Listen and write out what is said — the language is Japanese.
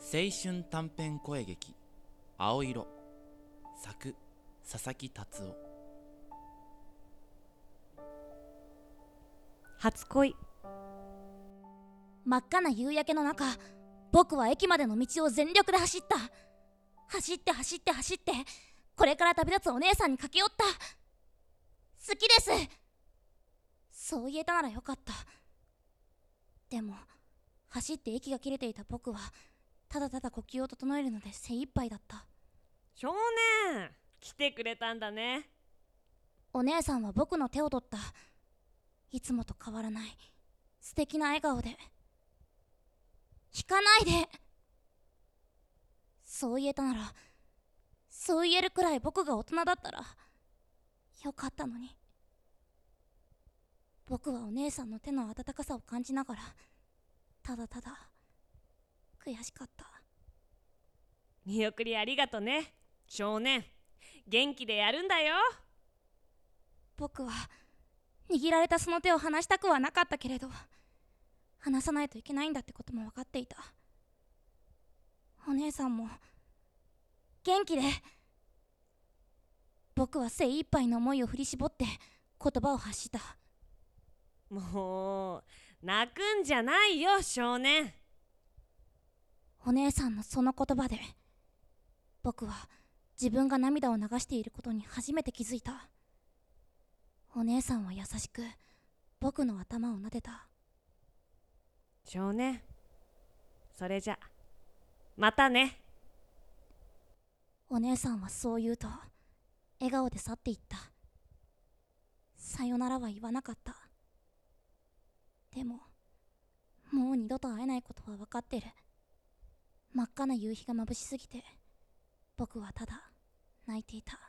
青春短編声劇青色作佐々木達夫。 初恋。 真っ赤な夕焼けの中、僕は駅までの道を全力で走った。走って走って走って、これから旅立つお姉さんに駆け寄った。好きです、そう言えたならよかった。でも走って息が切れていた僕はただただ呼吸を整えるので精一杯だった。 少年、来てくれたんだね。 お姉さんは僕の手を取った。いつもと変わらない素敵な笑顔で、引かないで、そう言えたなら、そう言えるくらい僕が大人だったらよかったのに。僕はお姉さんの手の温かさを感じながらただただ悔しかった。 見送りありがとね、少年。元気でやるんだよ。 僕は握られたその手を離したくはなかったけれど、離さないといけないんだってことも分かっていた。お姉さんも元気で。僕は精一杯の思いを振り絞って言葉を発した。 もう泣くんじゃないよ、少年。 お姉さんのその言葉で僕は自分が涙を流していることに初めて気づいた。お姉さんは優しく僕の頭を撫でた。 少年、それじゃまたね。 お姉さんはそう言うと笑顔で去っていった。さよならは言わなかった。でももう二度と会えないことは分かってる。真っ赤な夕日が眩しすぎて僕はただ泣いていた。